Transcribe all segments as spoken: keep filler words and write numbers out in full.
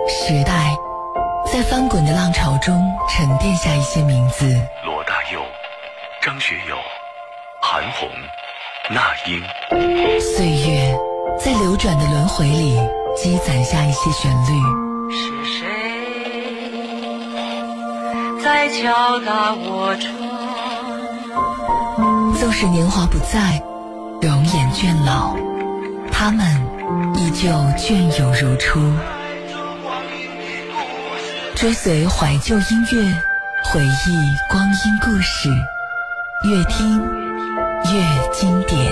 时代在翻滚的浪潮中沉淀下一些名字， 罗大佑、张学友、韩红、那英。 岁月在流转的轮回里积攒下一些旋律。 是谁在敲打我窗？ 纵使年华不在，容颜倦老，他们依旧隽永如初。追随怀旧音乐，回忆光阴故事，越听越经典。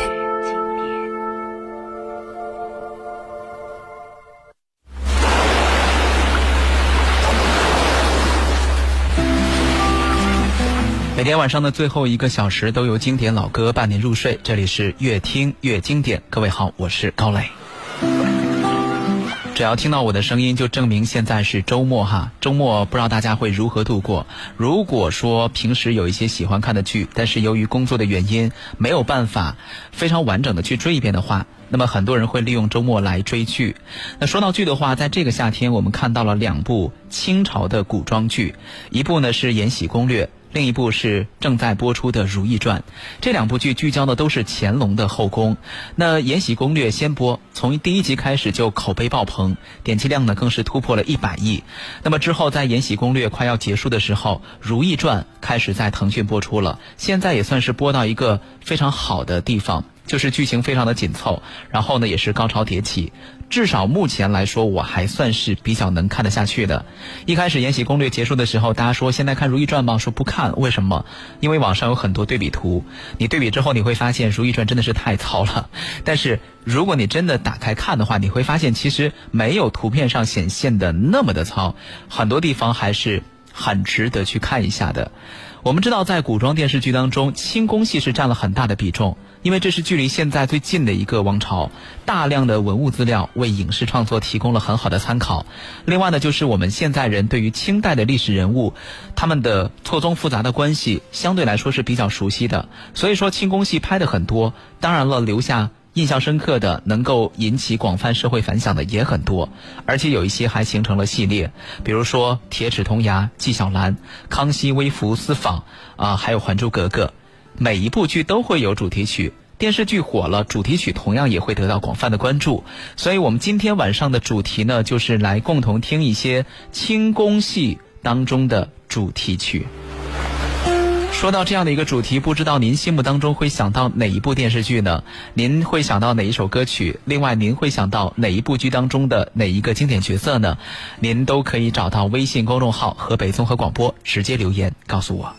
每天晚上的最后一个小时都有经典老歌伴您入睡，这里是越听越经典。各位好，我是高磊。只要听到我的声音，就证明现在是周末哈。周末不知道大家会如何度过。如果说平时有一些喜欢看的剧，但是由于工作的原因没有办法非常完整的去追一遍的话，那么很多人会利用周末来追剧。那说到剧的话，在这个夏天我们看到了两部清朝的古装剧，一部呢是《延禧攻略》，另一部是正在播出的《如懿传》。这两部剧聚焦的都是乾隆的后宫。那《延禧攻略》先播，从第一集开始就口碑爆棚，点击量呢更是突破了一百亿。那么之后在《延禧攻略》快要结束的时候，《如懿传》开始在腾讯播出了，现在也算是播到一个非常好的地方，就是剧情非常的紧凑，然后呢也是高潮迭起，至少目前来说我还算是比较能看得下去的。一开始《延禧攻略》结束的时候，大家说现在看《如懿传》吗？说不看，为什么？因为网上有很多对比图，你对比之后你会发现《如懿传》真的是太糙了。但是如果你真的打开看的话，你会发现其实没有图片上显现的那么的糙，很多地方还是很值得去看一下的。我们知道在古装电视剧当中，清宫戏是占了很大的比重，因为这是距离现在最近的一个王朝，大量的文物资料为影视创作提供了很好的参考。另外呢，就是我们现在人对于清代的历史人物，他们的错综复杂的关系相对来说是比较熟悉的，所以说清宫戏拍的很多，当然了，留下印象深刻的能够引起广泛社会反响的也很多，而且有一些还形成了系列，比如说铁齿铜牙、纪晓岚、康熙微服私访啊，还有还珠格格。每一部剧都会有主题曲，电视剧火了，主题曲同样也会得到广泛的关注。所以我们今天晚上的主题呢，就是来共同听一些清宫戏当中的主题曲。说到这样的一个主题，不知道您心目当中会想到哪一部电视剧呢？您会想到哪一首歌曲？另外您会想到哪一部剧当中的哪一个经典角色呢？您都可以找到微信公众号河北综合广播，直接留言告诉我。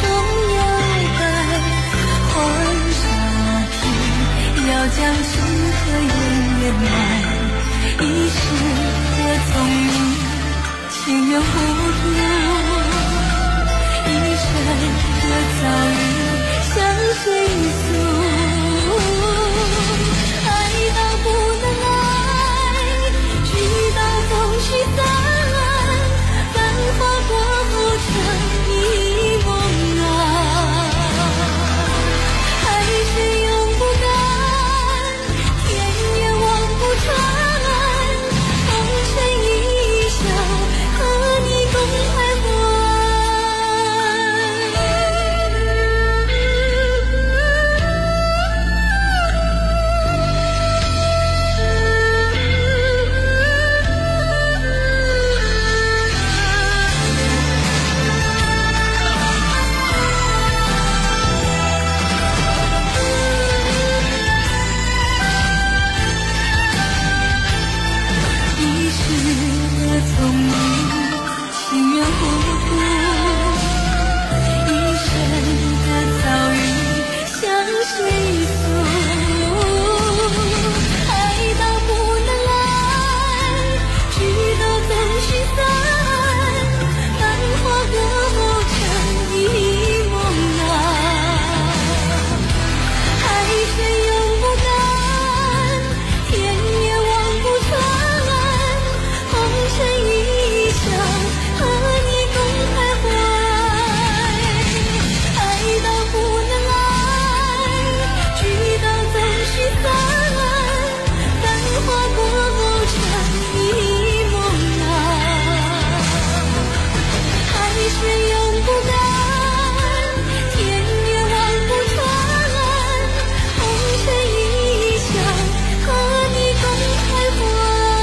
将心和颜圆满，一世的聪明，情缘互助，一生的遭遇相随俗。爱到不能爱，直到风絮散，繁华过后成一梦啊。海水永不干，天也望不穿，红尘一笑，和你共徘徊。一世的聪明，情缘互助，一生的遭遇相随俗。爱到不能爱，直到总须散，繁华过后成一梦啊。海水永不干，天也望不穿，红尘一笑，和你共徘徊。爱到不能爱，直到总须散，繁华过后成一梦啊。海水永不干，天也望不穿，红尘一笑，和你共徘徊。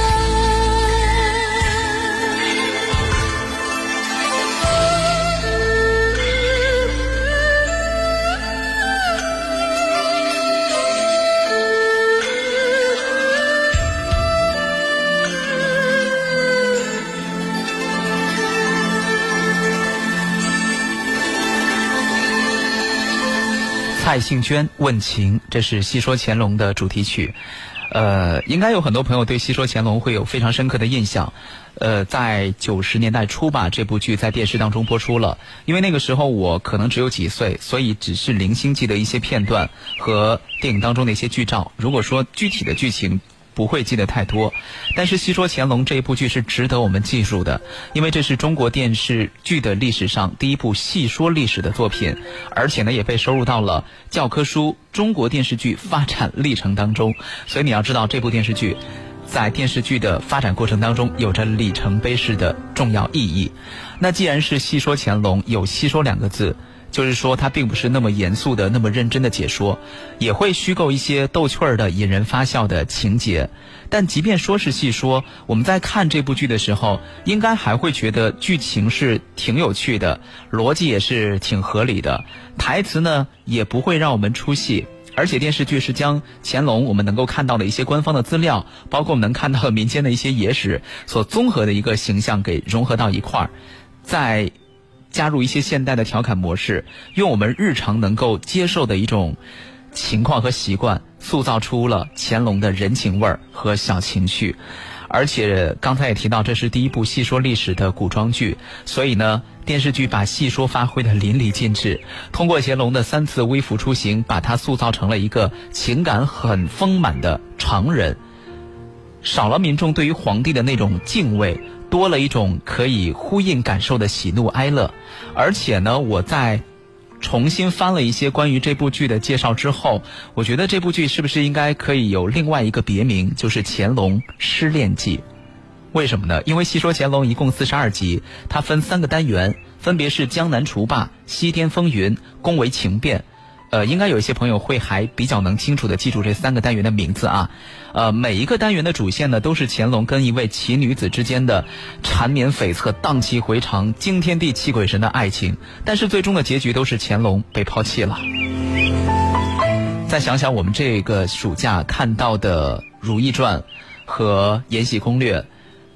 蔡幸娟问情，这是戏说乾隆的主题曲。呃，应该有很多朋友对戏说乾隆会有非常深刻的印象。呃，在九十年代初吧，这部剧在电视当中播出了。因为那个时候我可能只有几岁，所以只是零星记得一些片段和电影当中的一些剧照。如果说具体的剧情不会记得太多，但是戏说乾隆这一部剧是值得我们记住的，因为这是中国电视剧的历史上第一部戏说历史的作品，而且呢也被收入到了教科书中国电视剧发展历程当中。所以你要知道，这部电视剧在电视剧的发展过程当中有着里程碑式的重要意义。那既然是戏说乾隆，有戏说两个字，就是说它并不是那么严肃的那么认真的解说，也会虚构一些逗趣儿的引人发笑的情节。但即便说是戏说，我们在看这部剧的时候应该还会觉得剧情是挺有趣的，逻辑也是挺合理的，台词呢也不会让我们出戏。而且电视剧是将乾隆我们能够看到的一些官方的资料，包括我们能看到的民间的一些野史所综合的一个形象给融合到一块儿，再加入一些现代的调侃模式，用我们日常能够接受的一种情况和习惯，塑造出了乾隆的人情味儿和小情绪。而且刚才也提到，这是第一部戏说历史的古装剧，所以呢电视剧把戏说发挥的淋漓尽致，通过乾隆的三次微服出行，把他塑造成了一个情感很丰满的常人，少了民众对于皇帝的那种敬畏，多了一种可以呼应感受的喜怒哀乐。而且呢我在重新翻了一些关于这部剧的介绍之后，我觉得这部剧是不是应该可以有另外一个别名，就是乾隆失恋记。为什么呢？因为戏说乾隆一共四十二集，它分三个单元，分别是江南除霸、西滇风云、宫闱情变。呃，应该有一些朋友会还比较能清楚的记住这三个单元的名字啊。呃，每一个单元的主线呢，都是乾隆跟一位奇女子之间的缠绵悱恻、荡气回肠、惊天地泣鬼神的爱情，但是最终的结局都是乾隆被抛弃了。再想想我们这个暑假看到的《如懿传》和《延禧攻略》，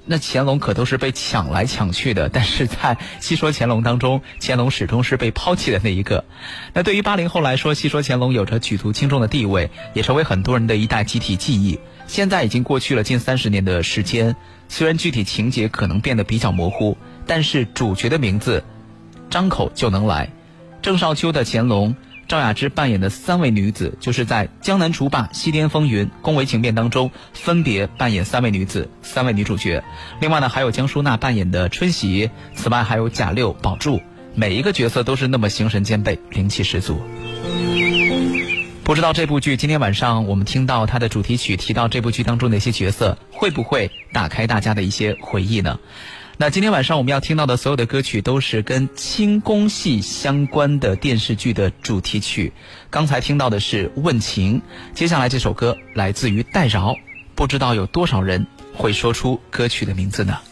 那乾隆可都是被抢来抢去的，但是在戏说乾隆当中，乾隆始终是被抛弃的那一个。那对于八零后来说，戏说乾隆有着举足轻重的地位，也成为很多人的一代集体记忆。现在已经过去了近三十年的时间，虽然具体情节可能变得比较模糊，但是主角的名字张口就能来。郑少秋的乾隆，赵雅芝扮演的三位女子，就是在《江南除霸》《西滇风云》《宫闱情变》当中分别扮演三位女子，三位女主角。另外呢，还有江淑娜扮演的春喜，此外还有贾六、宝柱，每一个角色都是那么形神兼备，灵气十足。不知道这部剧今天晚上我们听到它的主题曲，提到这部剧当中的一些角色，会不会打开大家的一些回忆呢？那今天晚上我们要听到的所有的歌曲都是跟清宫戏相关的电视剧的主题曲。刚才听到的是《问情》，接下来这首歌来自于戴娆，不知道有多少人会说出歌曲的名字呢？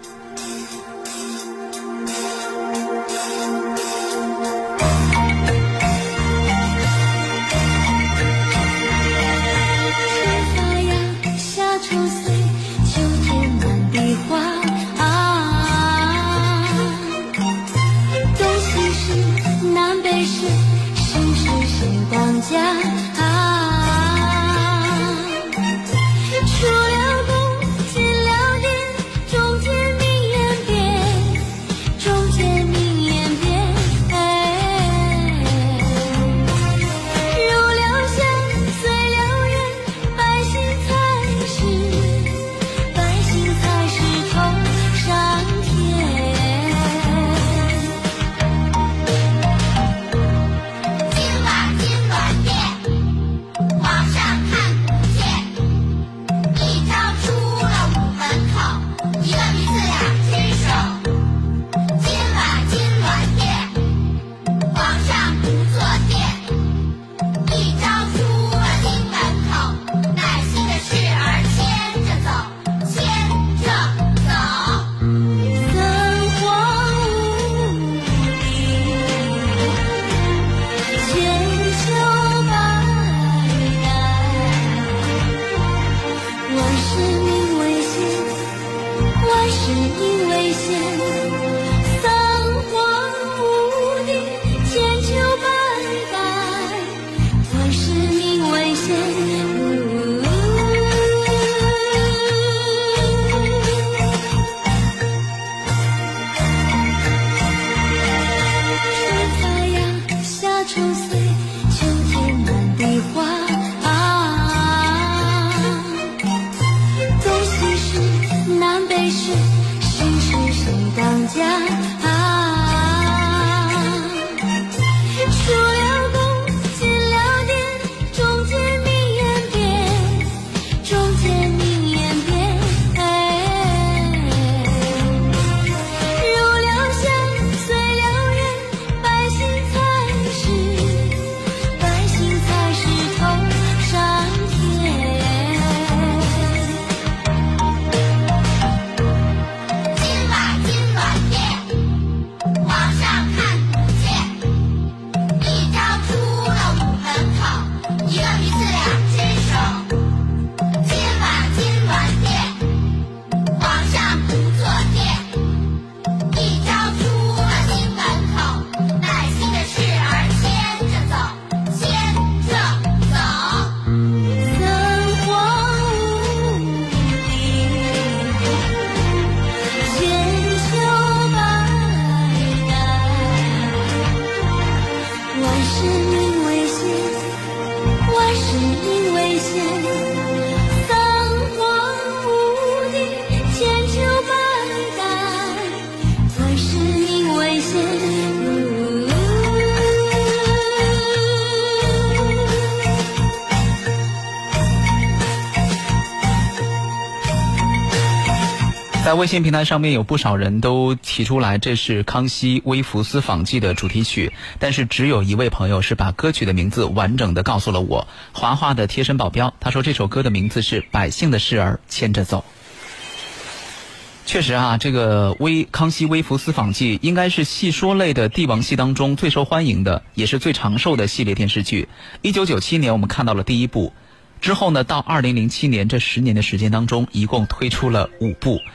在微信平台上面有不少人都提出来，这是《康熙微服私访记》的主题曲，但是只有一位朋友是把歌曲的名字完整的告诉了我，华华的贴身保镖，他说这首歌的名字是《百姓的事儿牵着走》。确实啊，这个微康熙微服私访记应该是戏说类的帝王戏当中最受欢迎的，也是最长寿的系列电视剧。一九九七年我们看到了第一部，之后呢，到二零零七年这十年的时间当中，一共推出了五部。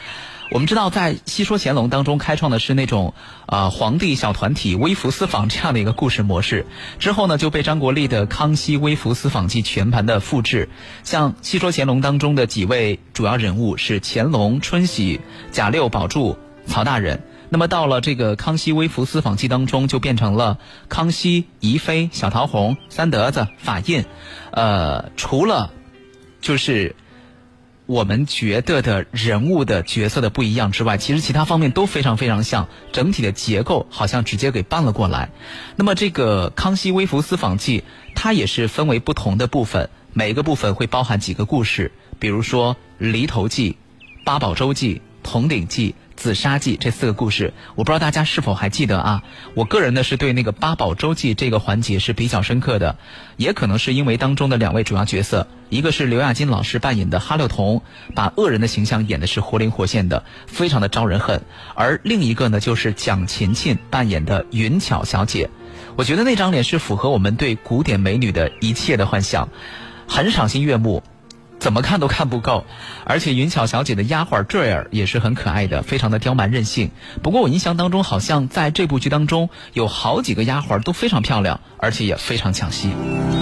我们知道在戏说乾隆当中开创的是那种呃皇帝小团体微服私访这样的一个故事模式，之后呢就被张国立的《康熙微服私访记》全盘的复制。像戏说乾隆当中的几位主要人物是乾隆、春喜、贾六、宝柱、曹大人，那么到了这个《康熙微服私访记》当中就变成了康熙、宜妃、小桃红、三德子、法印。呃除了就是我们觉得的人物的角色的不一样之外，其实其他方面都非常非常像，整体的结构好像直接给搬了过来。那么这个《康熙微服私访记》它也是分为不同的部分，每一个部分会包含几个故事，比如说离头记、八宝粥记、铜鼎记、紫砂记这四个故事，我不知道大家是否还记得啊？我个人呢是对那个八宝粥记这个环节是比较深刻的，也可能是因为当中的两位主要角色，一个是刘亚金老师扮演的哈六童，把恶人的形象演的是活灵活现的，非常的招人恨，而另一个呢就是蒋勤勤扮演的云巧小姐。我觉得那张脸是符合我们对古典美女的一切的幻想，很赏心悦目，怎么看都看不够。而且云巧小姐的丫鬟坠儿也是很可爱的，非常的刁蛮任性。不过我印象当中好像在这部剧当中有好几个丫鬟都非常漂亮，而且也非常抢戏。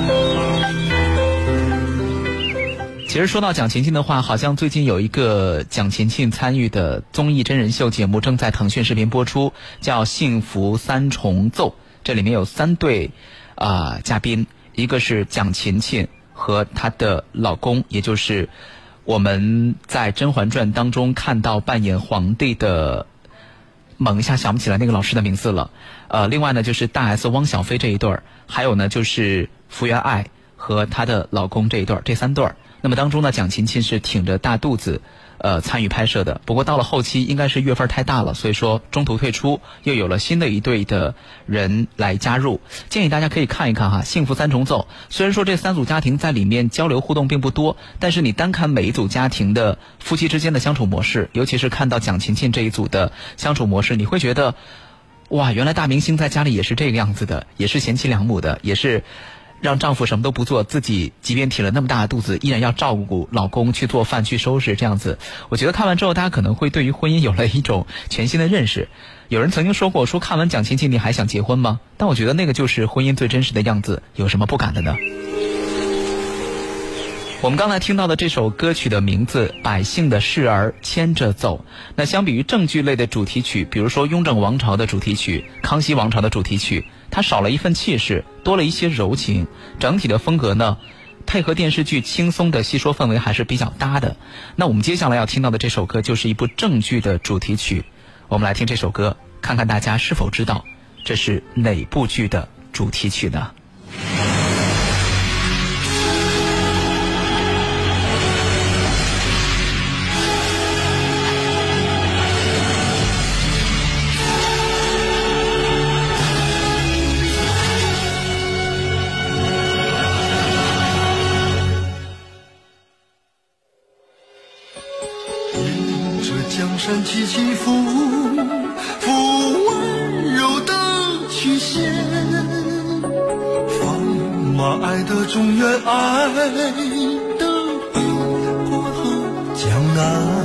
其实说到蒋勤勤的话，好像最近有一个蒋勤勤参与的综艺真人秀节目正在腾讯视频播出，叫《幸福三重奏》，这里面有三对啊、呃、嘉宾，一个是蒋勤勤和她的老公，也就是我们在《甄嬛传》当中看到扮演皇帝的，猛一下想不起来那个老师的名字了。呃，另外呢就是大 S 汪小菲这一对儿，还有呢就是福原爱和她的老公这一对儿，这三对儿。那么当中呢，蒋勤勤是挺着大肚子呃参与拍摄的，不过到了后期应该是月份太大了，所以说中途退出，又有了新的一对的人来加入。建议大家可以看一看哈，《幸福三重奏》虽然说这三组家庭在里面交流互动并不多，但是你单看每一组家庭的夫妻之间的相处模式，尤其是看到蒋勤勤这一组的相处模式，你会觉得哇，原来大明星在家里也是这个样子的，也是贤妻良母的，也是让丈夫什么都不做，自己即便挺了那么大的肚子，依然要照顾老公，去做饭去收拾这样子。我觉得看完之后大家可能会对于婚姻有了一种全新的认识。有人曾经说过，说看完蒋勤勤你还想结婚吗？但我觉得那个就是婚姻最真实的样子，有什么不敢的呢？我们刚才听到的这首歌曲的名字《百姓的事儿牵着走》，那相比于正剧类的主题曲，比如说雍正王朝的主题曲、康熙王朝的主题曲，它少了一份气势，多了一些柔情，整体的风格呢配合电视剧轻松的戏说氛围还是比较搭的。那我们接下来要听到的这首歌就是一部正剧的主题曲，我们来听这首歌，看看大家是否知道这是哪部剧的主题曲呢？ 江山起起伏伏，温柔的曲线，放马爱的中原，爱的过了江南。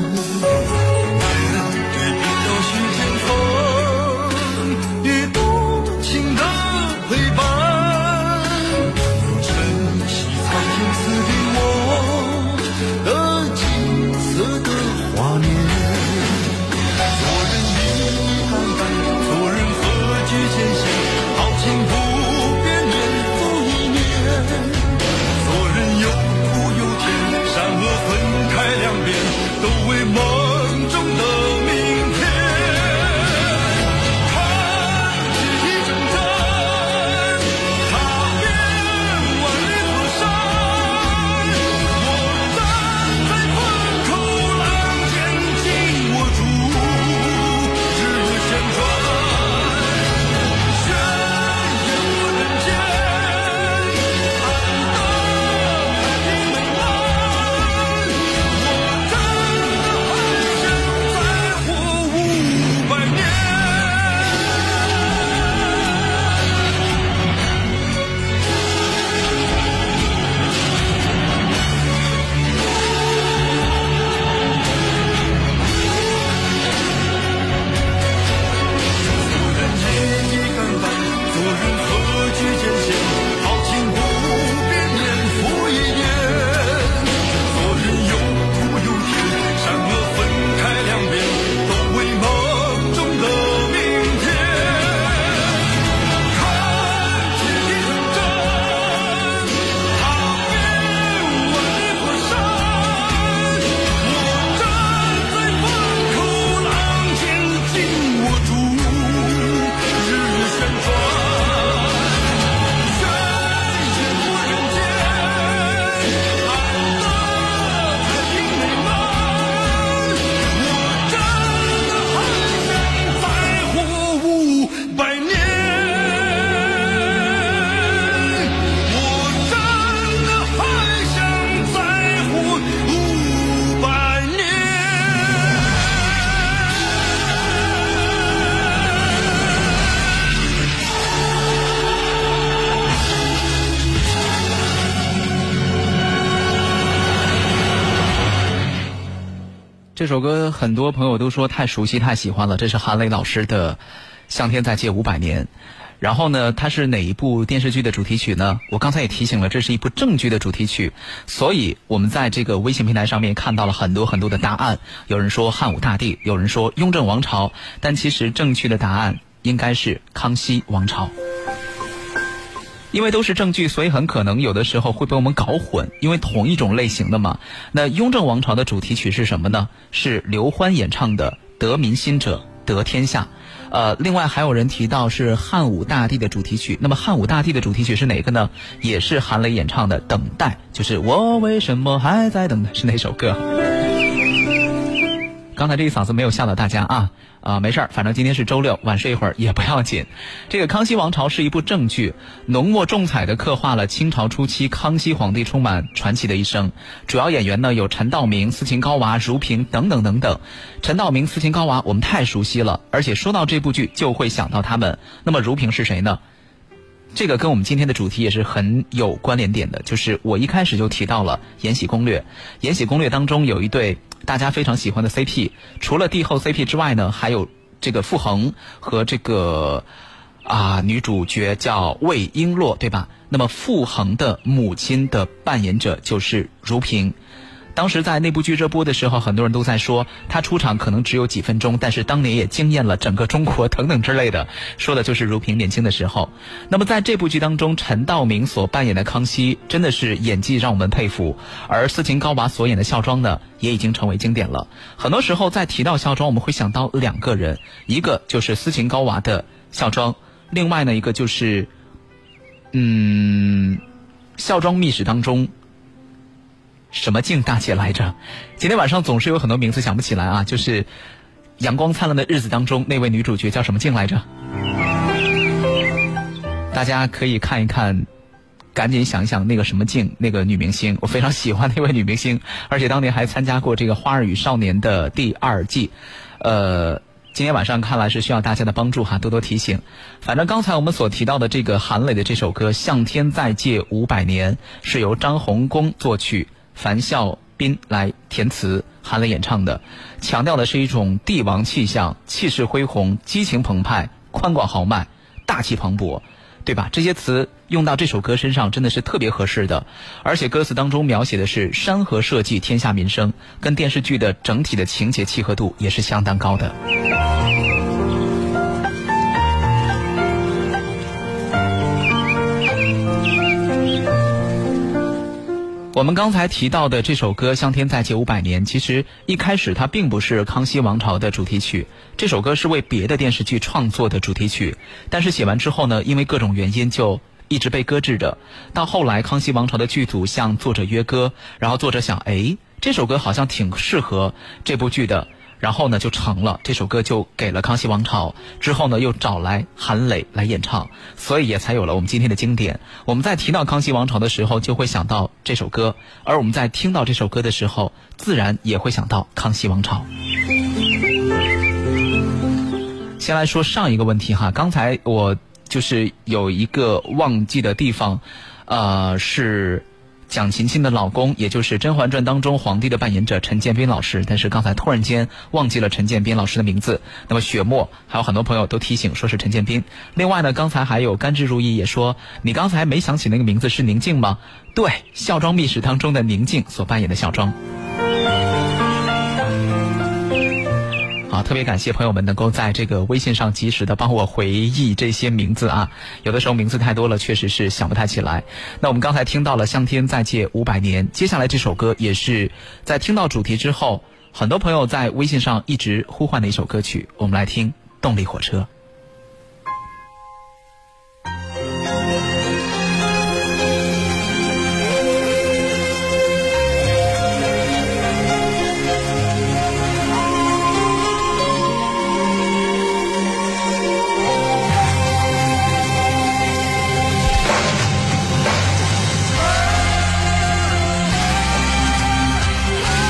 面对冰刀须剑锋，与多情的陪伴，珍惜苍天赐给我的金色的华年。都为梦这首歌很多朋友都说太熟悉太喜欢了，这是韩磊老师的《向天再借五百年》。然后呢，它是哪一部电视剧的主题曲呢？我刚才也提醒了，这是一部正剧的主题曲，所以我们在这个微信平台上面看到了很多很多的答案。有人说汉武大帝，有人说雍正王朝，但其实正确的答案应该是康熙王朝。因为都是正剧，所以很可能有的时候会被我们搞混，因为同一种类型的嘛。那雍正王朝的主题曲是什么呢？是刘欢演唱的《得民心者得天下》。呃，另外还有人提到是汉武大帝的主题曲，那么汉武大帝的主题曲是哪个呢？也是韩磊演唱的《等待》，就是我为什么还在等待，是那首歌。刚才这一嗓子没有吓到大家啊啊、呃，没事儿，反正今天是周六，晚睡一会儿也不要紧。这个《康熙王朝》是一部正剧，浓墨重彩地刻画了清朝初期康熙皇帝充满传奇的一生。主要演员呢有陈道明、斯琴高娃、如萍等等等等。陈道明、斯琴高娃我们太熟悉了，而且说到这部剧就会想到他们。那么如萍是谁呢？这个跟我们今天的主题也是很有关联点的，就是我一开始就提到了《延禧攻略》。《延禧攻略》当中有一对大家非常喜欢的 C P， 除了帝后 C P 之外呢，还有这个傅恒和这个啊女主角叫魏璎珞，对吧？那么傅恒的母亲的扮演者就是如萍。当时在那部剧热播的时候，很多人都在说她出场可能只有几分钟，但是当年也惊艳了整个中国等等之类的，说的就是如萍年轻的时候。那么在这部剧当中，陈道明所扮演的康熙真的是演技让我们佩服，而斯琴高娃所演的孝庄呢也已经成为经典了。很多时候在提到孝庄，我们会想到两个人，一个就是斯琴高娃的孝庄，另外呢一个就是嗯孝庄秘史当中什么静大姐来着？今天晚上总是有很多名字想不起来啊，就是阳光灿烂的日子当中那位女主角叫什么静来着？大家可以看一看，赶紧想一想那个什么静，那个女明星，我非常喜欢那位女明星，而且当年还参加过这个《花儿与少年》的第二季。呃今天晚上看来是需要大家的帮助哈，多多提醒。反正刚才我们所提到的这个韩磊的这首歌《向天再借五百年》是由张弘功作曲，樊孝斌来填词，韩磊演唱的，强调的是一种帝王气象，气势恢宏，激情澎湃，宽广豪迈，大气磅礴，对吧？这些词用到这首歌身上真的是特别合适的，而且歌词当中描写的是山河社稷，天下民生，跟电视剧的整体的情节契合度也是相当高的。我们刚才提到的这首歌《向天再借五百年》，其实一开始它并不是康熙王朝的主题曲，这首歌是为别的电视剧创作的主题曲，但是写完之后呢，因为各种原因就一直被搁置着。到后来康熙王朝的剧组向作者约歌，然后作者想，哎，这首歌好像挺适合这部剧的，然后呢就成了，这首歌就给了康熙王朝，之后呢又找来韩磊来演唱，所以也才有了我们今天的经典。我们在提到康熙王朝的时候就会想到这首歌，而我们在听到这首歌的时候自然也会想到康熙王朝。先来说上一个问题哈，刚才我就是有一个忘记的地方，呃是蒋勤勤的老公，也就是《甄嬛传》当中皇帝的扮演者陈建斌老师，但是刚才突然间忘记了陈建斌老师的名字。那么雪墨还有很多朋友都提醒说是陈建斌。另外呢，刚才还有甘之如意也说，你刚才没想起那个名字是宁静吗？对，《孝庄秘史》当中的宁静所扮演的孝庄。好，特别感谢朋友们能够在这个微信上及时的帮我回忆这些名字啊，有的时候名字太多了，确实是想不太起来。那我们刚才听到了《向天再借五百年》，接下来这首歌也是在听到主题之后，很多朋友在微信上一直呼唤的一首歌曲，我们来听《动力火车》。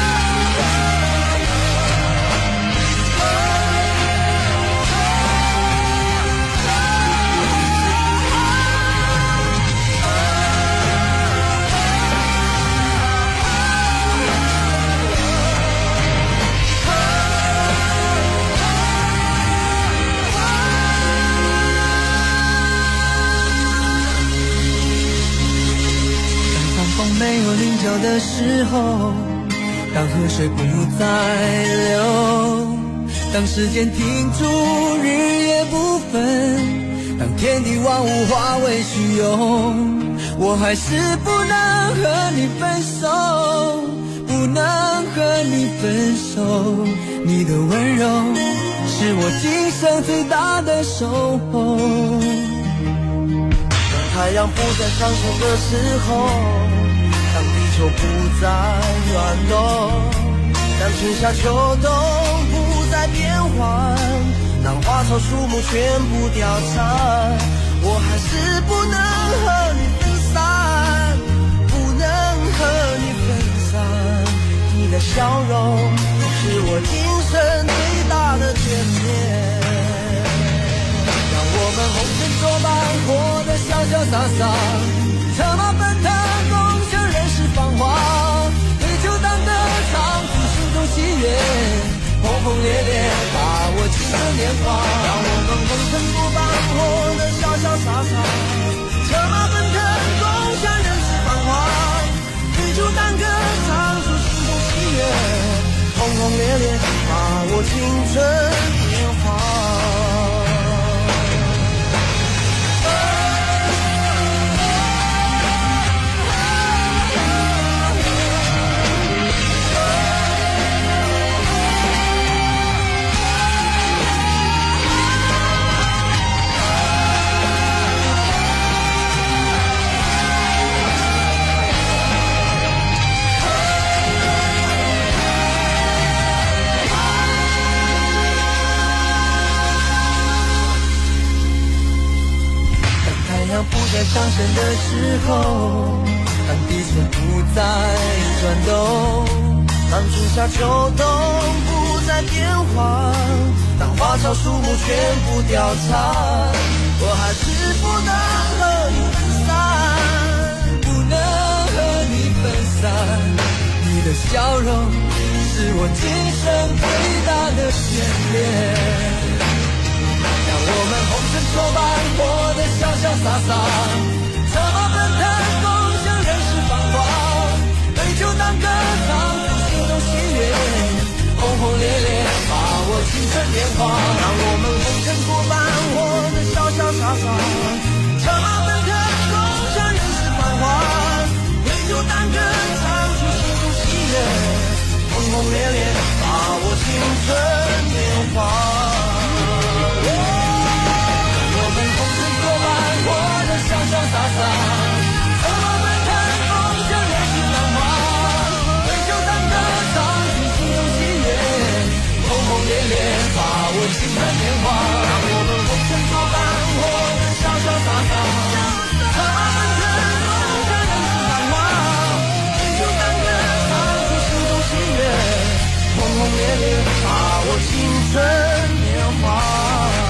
啊没有棱角的时候，当河水不再流，当时间停住，日夜不分，当天地万物化为虚有，我还是不能和你分手，不能和你分手。你的温柔是我今生最大的守候。当太阳不再上升的时候，当地球不再转动，当春夏秋冬不再变换，当花草树木全部凋残，我还是不能和你分散，不能和你分散。你的笑容是我今生最大的眷恋，让我们红尘作伴，活得潇潇洒洒，策马奔腾，共享人世繁华，对酒当歌，唱出心中喜悦，轰轰烈烈把握青春年华，让我们红尘作伴，活得潇潇洒洒，策马奔腾，共享人世繁华，对酒当歌，唱出心中喜悦，轰轰烈烈把握青春年华。不再上升的时候，当地球不再转动，当春夏秋冬不再变换，当花草树木全部凋残，我还是不能和你分散，不能和你分散。你的笑容是我今生最大的眷恋，让我们红尘作伴，活得潇潇洒洒，策马奔腾，共享人世繁华，对酒当歌，唱出心中喜悦，轰轰烈烈把握青春年华，让我们红尘作伴，活得潇潇洒洒，策马奔腾，共享人世繁华，对酒当歌，唱出心中喜悦，轰轰烈烈把握青春年华。潇潇洒洒，策马奔腾，共享人世繁华，对酒当歌，唱出心中喜悦，轰轰烈烈把握青春年华，让我们红尘作伴，活得潇潇洒洒，策马奔腾，共享人世繁华，对酒当歌，唱出心中喜悦，轰轰烈烈把握青春年华。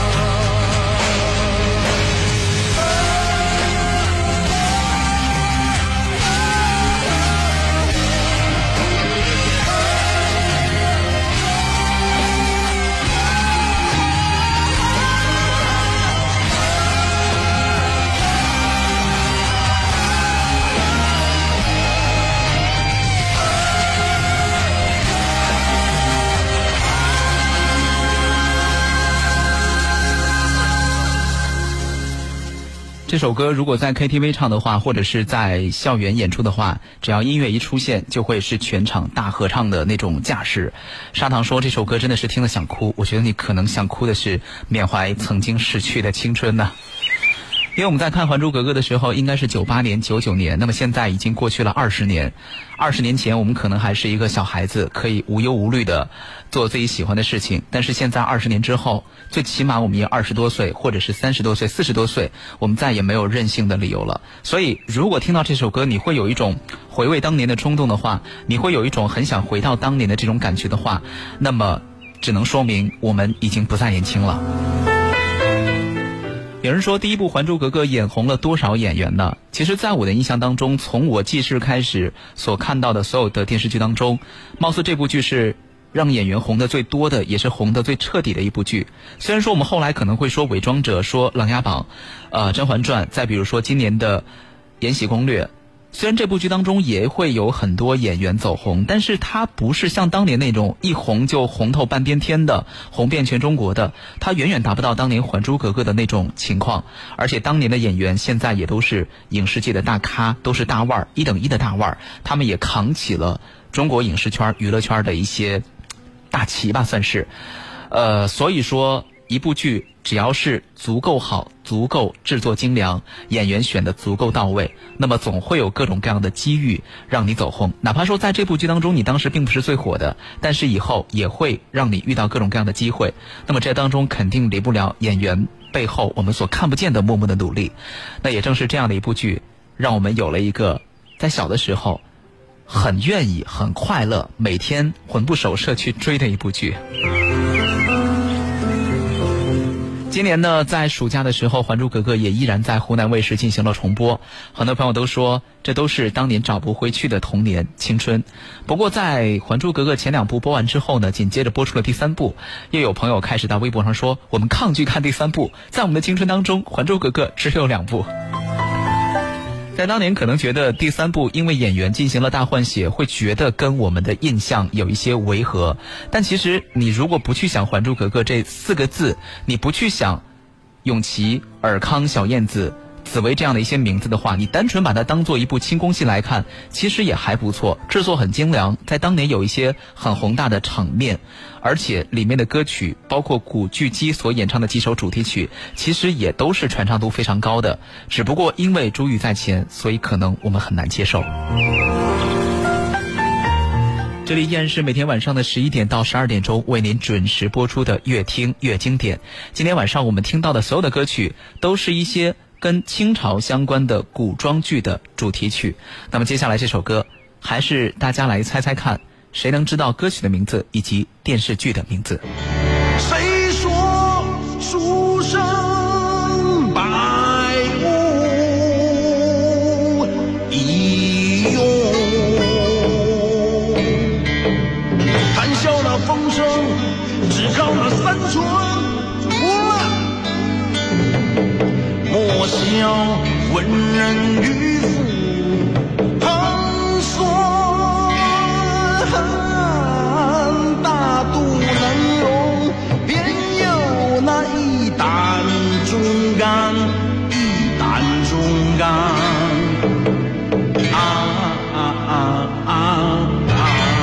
这首歌如果在 K T V 唱的话，或者是在校园演出的话，只要音乐一出现，就会是全场大合唱的那种架势。砂糖说这首歌真的是听了想哭，我觉得你可能想哭的是缅怀曾经逝去的青春呢。因为我们在看《还珠格格》的时候应该是九八年九九年，那么现在已经过去了二十年。二十年前我们可能还是一个小孩子，可以无忧无虑的做自己喜欢的事情，但是现在二十年之后，最起码我们也二十多岁，或者是三十多岁四十多岁，我们再也没有任性的理由了。所以如果听到这首歌你会有一种回味当年的冲动的话，你会有一种很想回到当年的这种感觉的话，那么只能说明我们已经不再年轻了。有人说第一部《还珠格格》眼红了多少演员呢？其实在我的印象当中，从我记事开始所看到的所有的电视剧当中，貌似这部剧是让演员红的最多的，也是红的最彻底的一部剧。虽然说我们后来可能会说《伪装者》，说《琅琊榜》，呃，《甄嬛传》，再比如说今年的《延禧攻略》， 虽然这部剧当中也会有很多演员走红，但是它不是像当年那种一红就红透半边天的，红遍全中国的，它远远达不到当年《还珠格格》的那种情况。而且当年的演员现在也都是影视界的大咖，都是大腕儿，一等一的大腕儿，他们也扛起了中国影视圈、娱乐圈的一些大旗吧，算是。呃，所以说一部剧只要是足够好，足够制作精良，演员选的足够到位，那么总会有各种各样的机遇让你走红。哪怕说在这部剧当中你当时并不是最火的，但是以后也会让你遇到各种各样的机会。那么这当中肯定离不了演员背后我们所看不见的默默的努力。那也正是这样的一部剧，让我们有了一个在小的时候很愿意很快乐，每天魂不守舍去追的一部剧。今年呢，在暑假的时候，《还珠格格》也依然在湖南卫视进行了重播。很多朋友都说，这都是当年找不回去的童年青春。不过，在《还珠格格》前两部播完之后呢，紧接着播出了第三部，又有朋友开始到微博上说，我们抗拒看第三部，在我们的青春当中，《还珠格格》只有两部。在当年可能觉得第三部因为演员进行了大换血，会觉得跟我们的印象有一些违和，但其实你如果不去想还珠格格这四个字，你不去想永琪、尔康、小燕子、紫薇这样的一些名字的话，你单纯把它当做一部轻功戏来看，其实也还不错，制作很精良，在当年有一些很宏大的场面，而且里面的歌曲包括古巨基所演唱的几首主题曲，其实也都是传唱度非常高的，只不过因为珠玉在前，所以可能我们很难接受。这里依然是每天晚上的十一点到十二点钟为您准时播出的越听越经典。今天晚上我们听到的所有的歌曲都是一些跟清朝相关的古装剧的主题曲。那么接下来这首歌，还是大家来猜猜看，谁能知道歌曲的名字以及电视剧的名字？ 谁说书生百无一用？谈笑那风声，只靠那三春莫笑文人渔夫横酸，大肚能容，便有那一担重担，一担重担。啊啊啊啊啊！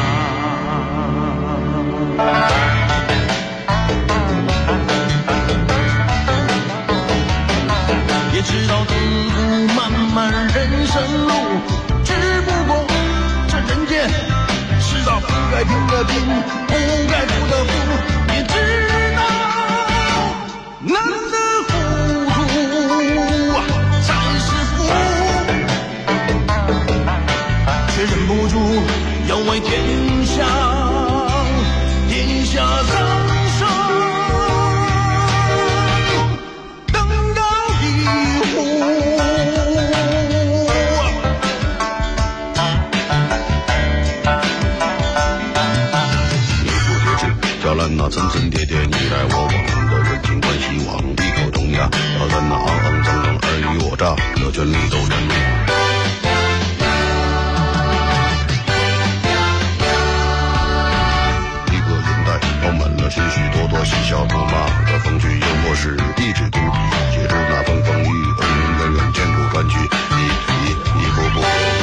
也知道途漫漫人生路，只不过这人间世道不该拼的拼，不该富的富，也知道难的糊涂才是福，却忍不住要为天下天下苍生那层层叠叠你来我往的人情关系网，一口铜牙要在那肮肮脏脏尔虞我诈的权力斗争。一个年代饱满了许许多多嬉笑怒骂的风趣幽默是一指图，写出那风风雨雨恩恩怨怨艰苦甘曲一一一步步。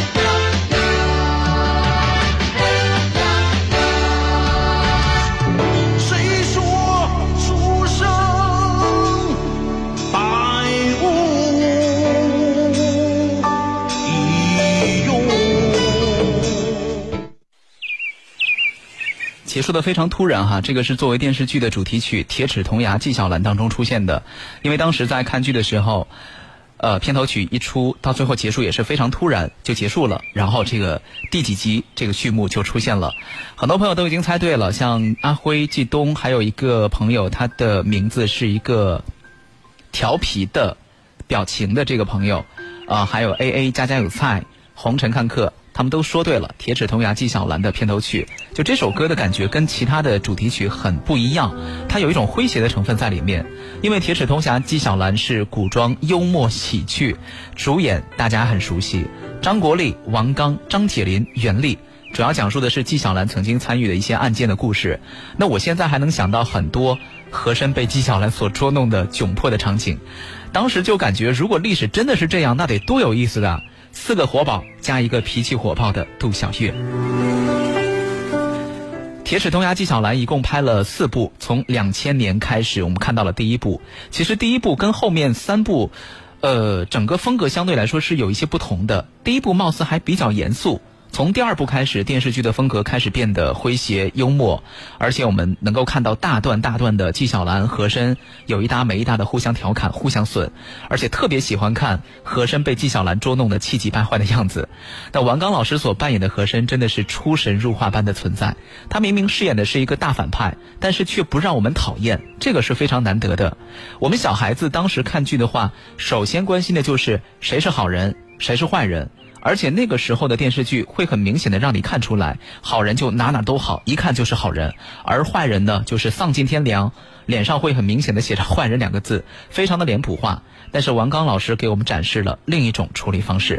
结束的非常突然哈，这个是作为电视剧的主题曲《铁齿铜牙纪晓岚》当中出现的。因为当时在看剧的时候，呃，片头曲一出，到最后结束也是非常突然就结束了，然后这个第几集这个序幕就出现了。很多朋友都已经猜对了，像阿辉、季东，还有一个朋友，他的名字是一个调皮的表情的这个朋友，啊、呃，还有 A A 家家有菜、红尘看客。 他们都说对了，铁齿铜牙纪晓岚的片头曲，就这首歌的感觉跟其他的主题曲很不一样，它有一种诙谐的成分在里面。因为铁齿铜牙纪晓岚是古装幽默喜剧，主演大家很熟悉，张国立、王刚、张铁林、袁立，主要讲述的是纪晓岚曾经参与的一些案件的故事。那我现在还能想到很多和珅被纪晓岚所捉弄的窘迫的场景，当时就感觉如果历史真的是这样，那得多有意思的，四个活宝加一个脾气火爆的杜小月。铁齿铜牙纪晓岚一共拍了四部，从两千年开始我们看到了第一部，其实第一部跟后面三部呃，整个风格相对来说是有一些不同的。第一部貌似还比较严肃，从第二部开始，电视剧的风格开始变得诙谐幽默，而且我们能够看到大段大段的纪晓岚和珅有一搭没一搭的互相调侃互相损，而且特别喜欢看和珅被纪晓岚捉弄的气急败坏的样子。但王刚老师所扮演的和珅真的是出神入化般的存在，他明明饰演的是一个大反派，但是却不让我们讨厌，这个是非常难得的。我们小孩子当时看剧的话，首先关心的就是谁是好人谁是坏人，而且那个时候的电视剧会很明显的让你看出来，好人就哪哪都好，一看就是好人，而坏人呢就是丧尽天良，脸上会很明显的写着坏人两个字，非常的脸谱化。但是王刚老师给我们展示了另一种处理方式。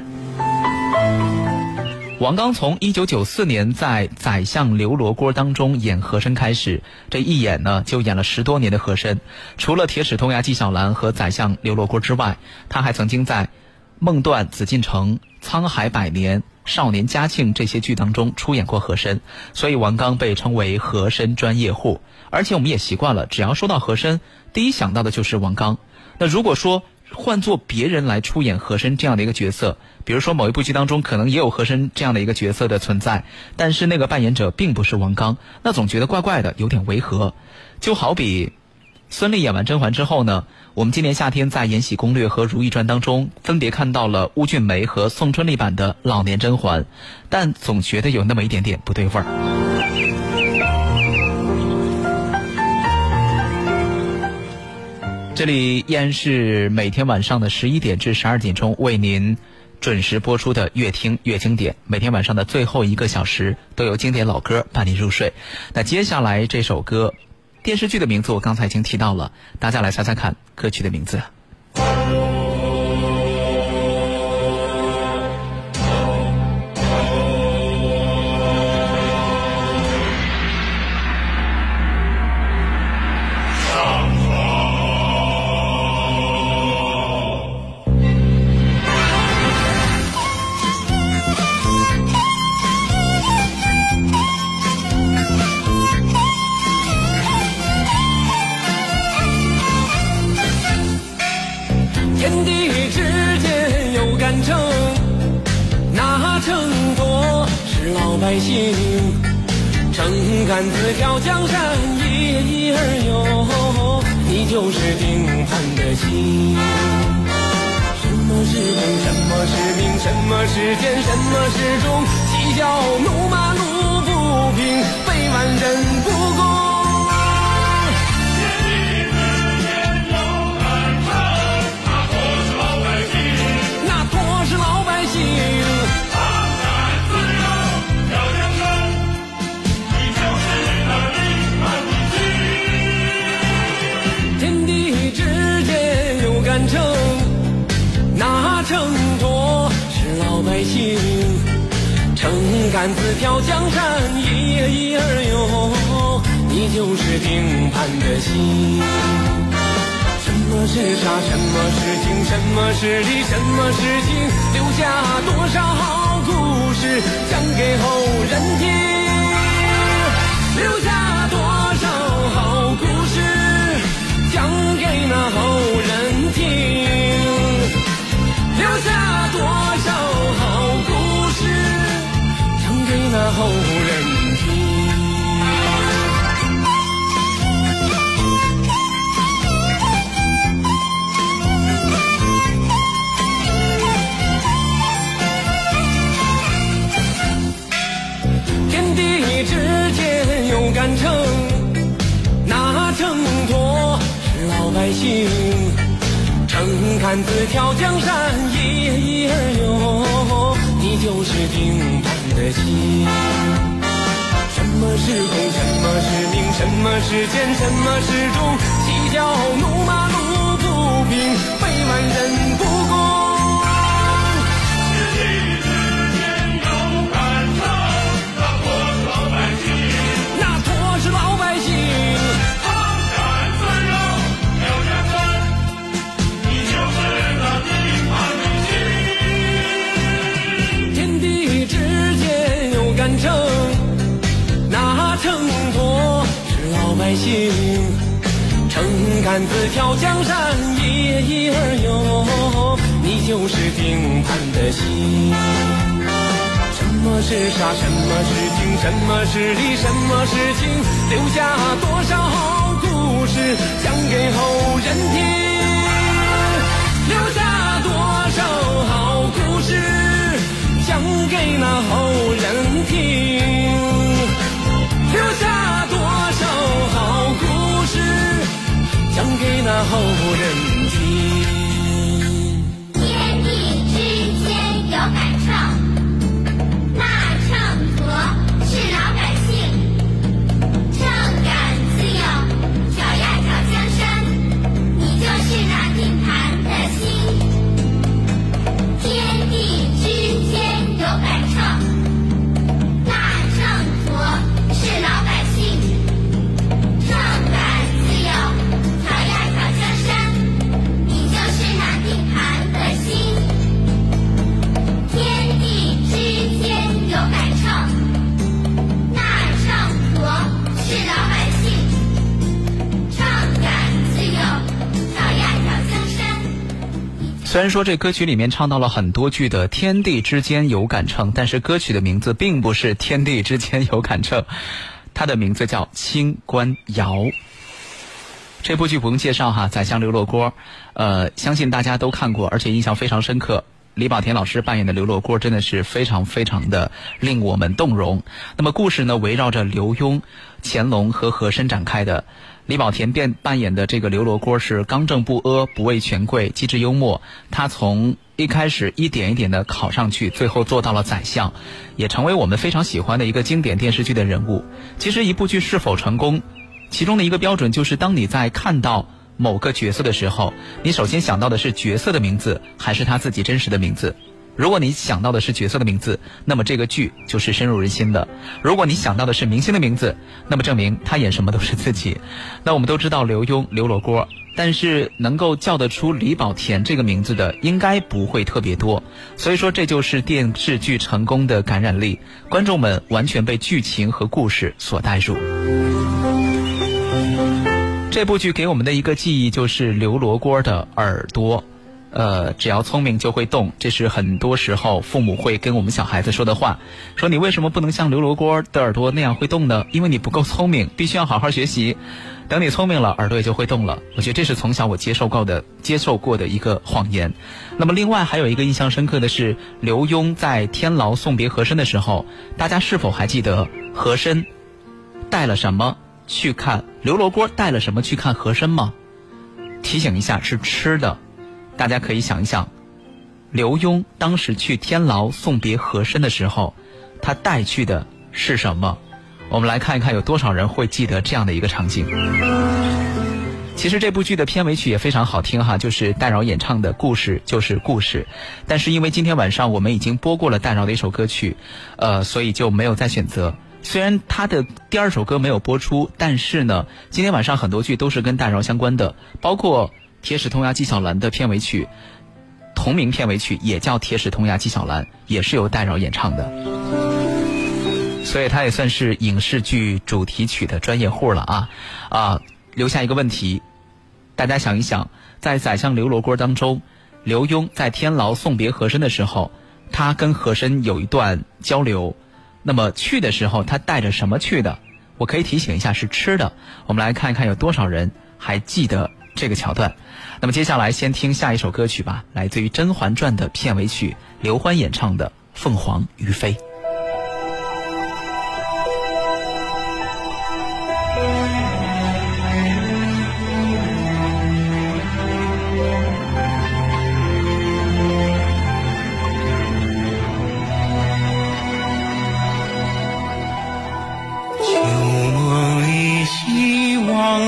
王刚从一九九四年在《宰相刘罗锅》当中演和珅开始，这一演呢就演了十多年的和珅。除了铁齿铜牙纪晓岚和《宰相刘罗锅》之外，他还曾经在《梦断紫禁城》、沧海百年、少年嘉庆这些剧当中出演过和珅，所以王刚被称为和珅专业户。而且我们也习惯了，只要说到和珅，第一想到的就是王刚。那如果说换做别人来出演和珅这样的一个角色，比如说某一部剧当中可能也有和珅这样的一个角色的存在，但是那个扮演者并不是王刚，那总觉得怪怪的，有点违和。就好比孙俪演完甄嬛之后呢，我们今年夏天在《延禧攻略》和《如懿传》当中分别看到了邬俊梅和宋春丽版的老年甄嬛，但总觉得有那么一点点不对味儿。这里依然是每天晚上的十一点至十二点钟为您准时播出的越听越经典，每天晚上的最后一个小时都有经典老歌伴你入睡。那接下来这首歌，电视剧的名字我刚才已经提到了，大家来猜猜看歌曲的名字。 撑杆子跳江山，一一而游，你就是定盘的心。什么是公，什么是名，什么是奸，什么是忠？嬉笑怒骂路不平，被万人不公。那多是老百姓。那秤砣是老百姓，撑杆子跳江山，一一而游，你就是定盘的心。什么是杀，什么是情，什么是理，什么是情，留下多少好故事讲给后人听，留下多少好故事讲给那后人听，留下多少好故事讲给那后人听。天地之间有杆秤，那秤砣是老百姓，撑杆子跳江山，一一而游，你就是定盘心。什么是功，什么是名，什么是剑，什么是忠？嬉笑怒骂路不平，为万人不公。秤砣是老百姓，撑杆子挑江山，一一而有，你就是评判的心。什么是杀，什么是情，什么是理，什么是情，留下多少好故事讲给后人听，留下多少好故事讲给那后人听，留下多少好故事讲给那后人听。 天地之间有杆秤，那秤砣是老百姓，秤杆自有挑呀挑江山，你就是那定盘的心。天地之间有杆秤，那秤砣是老百姓，秤杆自有挑呀挑江山，你就是那定盘的心。天地之间有杆秤，那秤砣是老百姓，秤杆自有挑呀挑江山。 虽然说这歌曲里面唱到了很多句的天地之间有杆秤，但是歌曲的名字并不是天地之间有杆秤，它的名字叫清官窑。这部剧不用介绍哈，宰相刘罗锅，呃，相信大家都看过，而且印象非常深刻。李保田老师扮演的刘罗锅真的是非常非常的令我们动容。那么故事呢，围绕着刘墉、乾隆和和珅展开的。李保田便扮演的这个刘罗锅是刚正不阿，不畏权贵，机智幽默。他从一开始一点一点的考上去，最后做到了宰相，也成为我们非常喜欢的一个经典电视剧的人物。其实一部剧是否成功，其中的一个标准就是当你在看到某个角色的时候，你首先想到的是角色的名字还是他自己真实的名字。如果你想到的是角色的名字，那么这个剧就是深入人心的。如果你想到的是明星的名字，那么证明他演什么都是自己。那我们都知道刘墉、刘罗锅，但是能够叫得出李保田这个名字的应该不会特别多。所以说这就是电视剧成功的感染力，观众们完全被剧情和故事所带入。这部剧给我们的一个记忆就是刘罗锅的耳朵，呃，只要聪明就会动，这是很多时候父母会跟我们小孩子说的话，说你为什么不能像刘罗锅的耳朵那样会动呢？因为你不够聪明，必须要好好学习，等你聪明了，耳朵也就会动了。我觉得这是从小我接受过的接受过的一个谎言。那么另外还有一个印象深刻的是，刘墉在天牢送别和珅的时候，大家是否还记得和珅带了什么去看，刘罗锅带了什么去看和珅吗？提醒一下，是吃的。大家可以想一想，刘墉当时去天牢送别和珅的时候，他带去的是什么？我们来看一看有多少人会记得这样的一个场景。其实这部剧的片尾曲也非常好听哈，就是戴娆演唱的《故事就是故事》，但是因为今天晚上我们已经播过了戴娆的一首歌曲，呃，所以就没有再选择。虽然他的第二首歌没有播出，但是呢，今天晚上很多剧都是跟戴娆相关的，包括《铁齿铜牙纪晓岚》的片尾曲，同名片尾曲也叫《铁齿铜牙纪晓岚》，也是由戴娆演唱的，所以他也算是影视剧主题曲的专业户了啊啊！留下一个问题，大家想一想，在宰相刘罗锅当中，刘墉在天牢送别和珅的时候，他跟和珅有一段交流，那么去的时候他带着什么去的？我可以提醒一下，是吃的。我们来看一看有多少人还记得这个桥段。那么接下来先听下一首歌曲吧，来自于《甄嬛传》的片尾曲，刘欢演唱的《凤凰于飞》。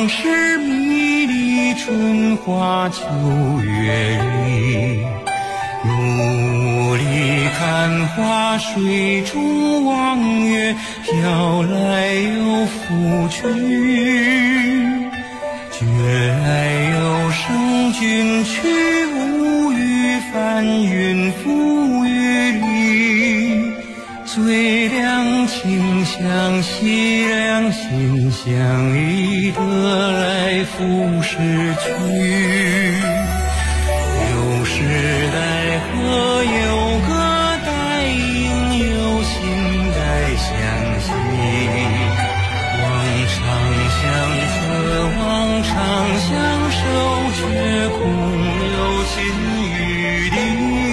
往事迷离春花秋月里，努力看花水中望月，飘来又拂去，觉来又生君去，无语翻云覆雨里，最凉情相惜，两心相依，得来复失去。有时代河，有歌待应，有心待相惜。望长相思，望长相守，却空留心余地。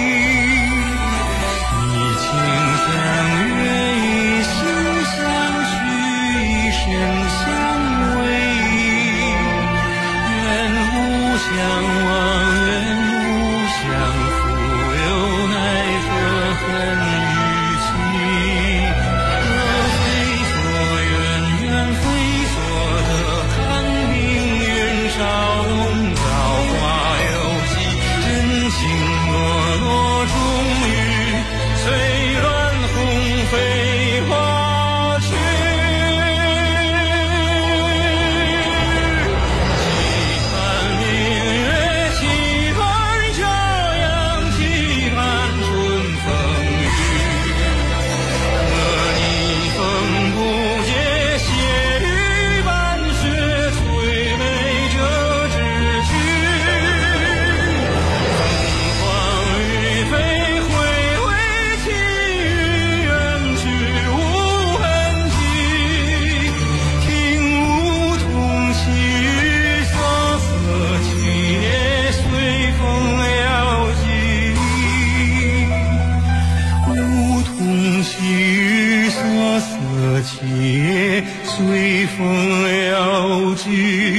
以情相悦，以心相许，以身相偎。愿无相忘，愿无相负，又奈何恨与情。得非所愿，愿非所得，看命运照龙造化有期，真情落落终于随乱红飞花去。期盼明月，期盼朝阳，期盼春风雨。可逆风不解，血雨半雪，催美这之躯。凤凰于飞，回回起于远去无痕迹。听梧桐细雨瑟瑟起，也随风摇曳。梧桐细雨瑟瑟起，也随风摇曳。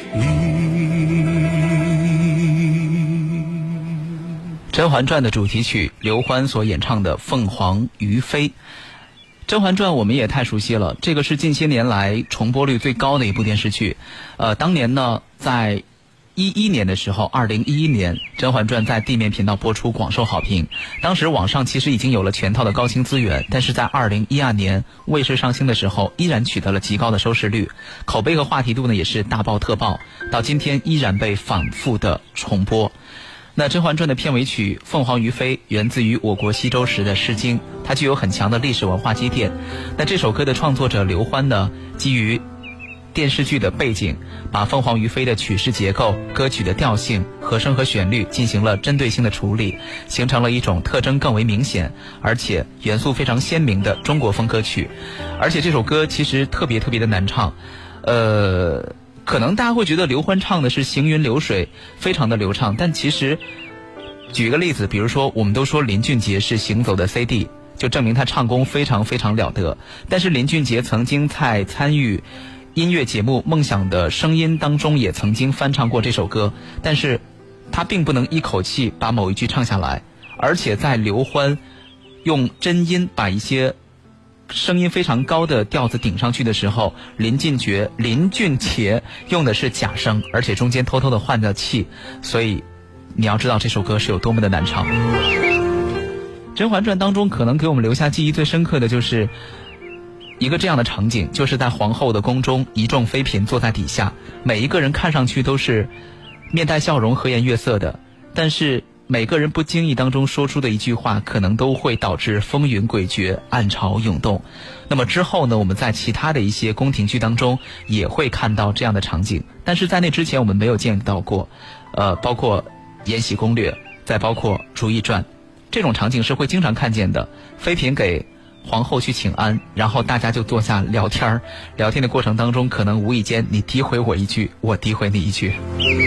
《甄嬛传》的主题曲，刘欢所演唱的《凤凰于飞》。《甄嬛传》我们也太熟悉了，这个是近些年来重播率最高的一部电视剧。呃，当年呢，在一一年的时候，二零一一年，《甄嬛传》在地面频道播出，广受好评。当时网上其实已经有了全套的高清资源，但是在二零一二年卫视上星的时候，依然取得了极高的收视率，口碑和话题度呢也是大爆特爆，到今天依然被反复的重播。那《甄嬛传》的片尾曲《凤凰于飞》源自于我国西周时的《诗经》，它具有很强的历史文化积淀。那这首歌的创作者刘欢呢，基于电视剧的背景，把《凤凰于飞》的曲式结构、歌曲的调性、和声和旋律进行了针对性的处理，形成了一种特征更为明显，而且元素非常鲜明的中国风歌曲。而且这首歌其实特别特别的难唱，呃。可能大家会觉得刘欢唱的是行云流水，非常的流畅，但其实举个例子，比如说我们都说林俊杰是行走的 C D， 就证明他唱功非常非常了得。但是林俊杰曾经在参与音乐节目《梦想的声音》当中也曾经翻唱过这首歌，但是他并不能一口气把某一句唱下来，而且在刘欢用真音把一些声音非常高的调子顶上去的时候，林俊杰林俊杰用的是假声，而且中间偷偷的换了气，所以你要知道这首歌是有多么的难唱。《甄嬛传》当中可能给我们留下记忆最深刻的就是一个这样的场景，就是在皇后的宫中，一众妃嫔坐在底下，每一个人看上去都是面带笑容和颜悦色的，但是每个人不经意当中说出的一句话，可能都会导致风云诡谲，暗潮涌动。那么之后呢，我们在其他的一些宫廷剧当中也会看到这样的场景，但是在那之前我们没有见到过，呃，包括《延禧攻略》，再包括《如懿传》，这种场景是会经常看见的。妃嫔给皇后去请安，然后大家就坐下聊天，聊天的过程当中，可能无意间你诋毁我一句，我诋毁你一句。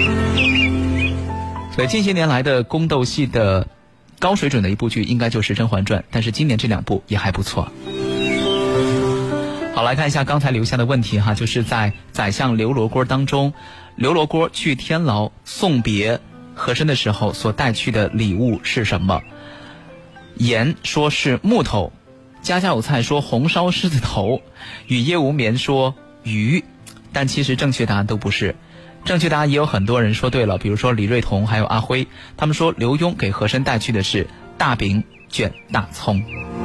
所以近些年来的宫斗戏的高水准的一部剧应该就是《甄嬛传》，但是今年这两部也还不错。好，来看一下刚才留下的问题哈，就是在宰相刘罗锅当中，刘罗锅去天牢送别和珅的时候所带去的礼物是什么？言说是木头，家家有菜说红烧狮子头，雨夜无眠说鱼， 但其实正确答案都不是。正确答案也有很多人说对了，比如说李瑞彤还有阿辉，他们说刘墉给和珅带去的是大饼卷大葱。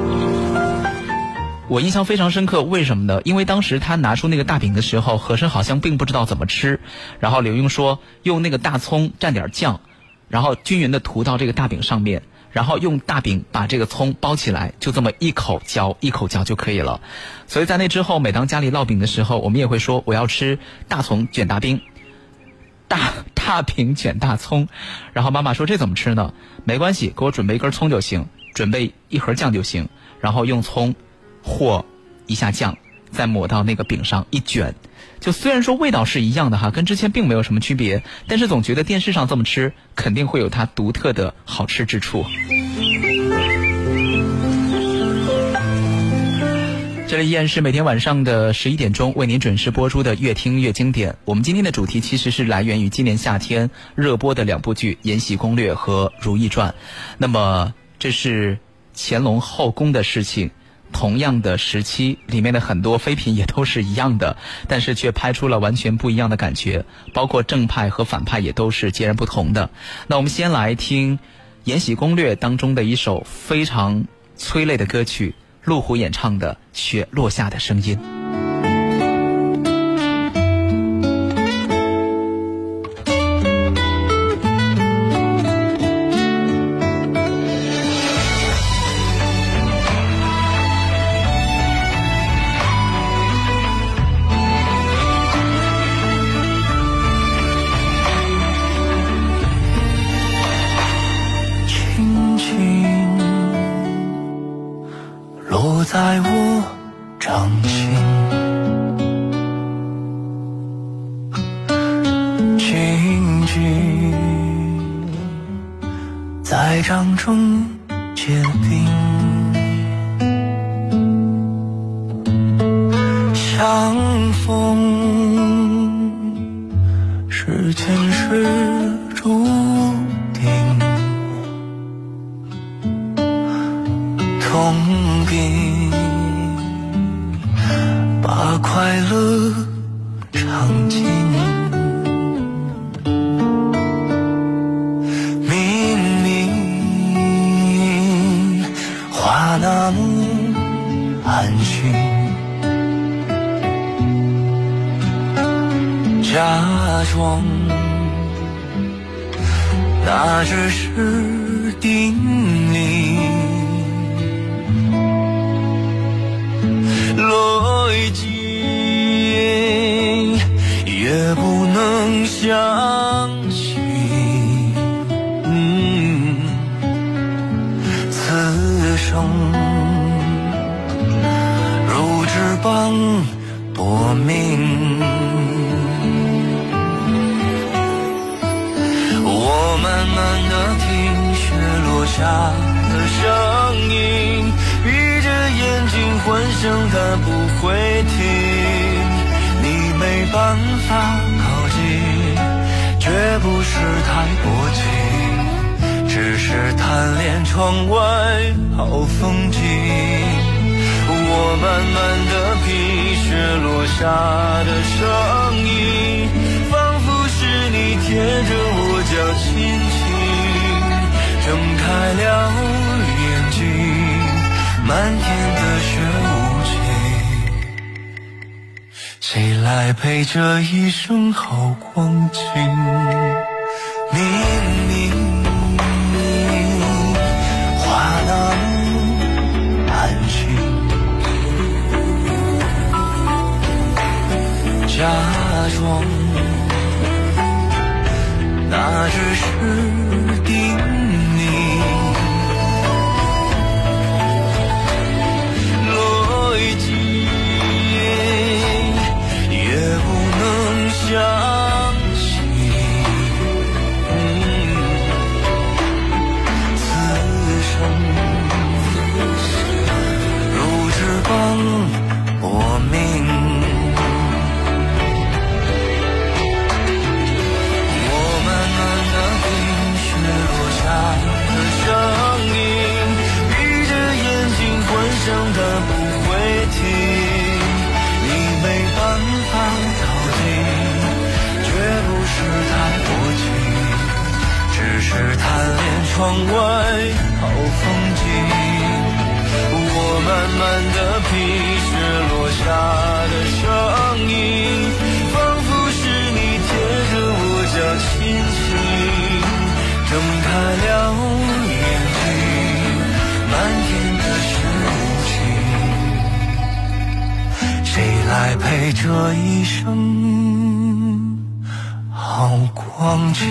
我印象非常深刻，为什么呢？因为当时他拿出那个大饼的时候，和珅好像并不知道怎么吃，然后刘墉说用那个大葱蘸点酱，然后均匀的涂到这个大饼上面，然后用大饼把这个葱包起来，就这么一口嚼一口嚼就可以了。所以在那之后，每当家里烙饼的时候，我们也会说我要吃大葱卷大饼，大大饼卷大葱。然后妈妈说这怎么吃呢？没关系，给我准备一根葱就行，准备一盒酱就行，然后用葱和一下酱，再抹到那个饼上一卷。就虽然说味道是一样的哈，跟之前并没有什么区别，但是总觉得电视上这么吃肯定会有它独特的好吃之处。这里依然是每天晚上的十一点钟为您准时播出的越听越经典。我们今天的主题其实是来源于今年夏天热播的两部剧《延禧攻略》和《如懿传》。那么这是乾隆后宫的事情，同样的时期，里面的很多妃嫔也都是一样的，但是却拍出了完全不一样的感觉，包括正派和反派也都是截然不同的。那我们先来听《延禧攻略》当中的一首非常催泪的歌曲，陆虎演唱的《雪落下的声音》。 在我掌心，静静在掌中结冰，相逢是前世注定，痛并把快乐尝尽，明明话那么安心，假装那只是定理，逻辑也不能相信，嗯，此生如纸般夺命，我慢慢地听雪落下的声音，闭着眼睛幻想它不会停，你没办法靠近，绝不是太薄情，只是贪恋窗外好风景，我慢慢地品雪落下的声音，仿佛是你贴着我脚轻轻睁开了眼睛，漫天的雪无情，谁来陪这一生好光景，明明话那么安心，假装那只是定理，逻辑也不能相信，嗯，此生如纸般薄命，我慢慢地听雪落来陪这一生好光景？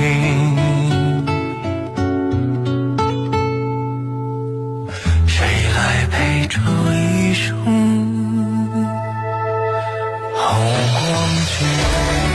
谁来陪这一生好光景？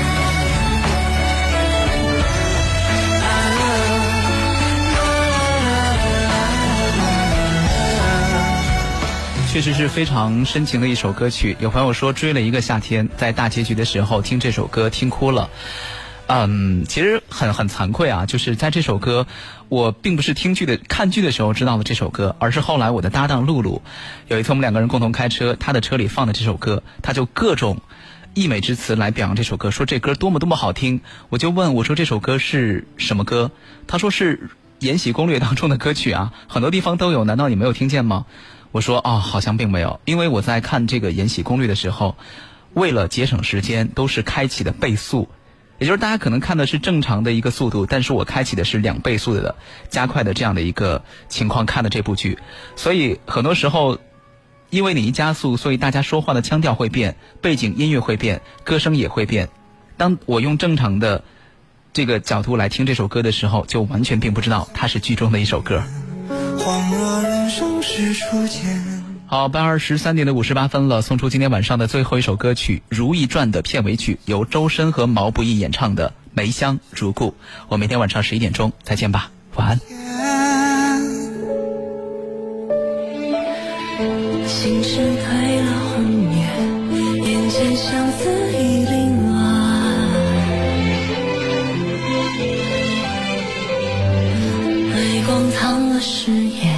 确实是非常深情的一首歌曲。有朋友说追了一个夏天，在大结局的时候听这首歌听哭了。嗯，其实很很惭愧啊，就是在这首歌，我并不是听剧的看剧的时候知道了这首歌，而是后来我的搭档露露，有一次我们两个人共同开车，他的车里放的这首歌，他就各种溢美之词来表扬这首歌，说这歌多么多么好听。我就问我说这首歌是什么歌？他说是《延禧攻略》当中的歌曲啊，很多地方都有，难道你没有听见吗？我说哦，好像并没有，因为我在看这个《延禧攻略》的时候，为了节省时间，都是开启的倍速，也就是大家可能看的是正常的一个速度，但是我开启的是两倍速的加快的这样的一个情况看的这部剧，所以很多时候，因为你一加速，所以大家说话的腔调会变，背景音乐会变，歌声也会变。当我用正常的这个角度来听这首歌的时候，就完全并不知道它是剧中的一首歌。 恍若人生是初见。 好，半二十三点的五十八分了，送出今天晚上的最后一首歌曲《如懿传》的片尾曲，由周深和毛不易演唱的《梅香如故》。我明天晚上十一点钟再见吧，晚安。 心事褪了昏灭，眼前相思已凌乱，泪光藏了誓言。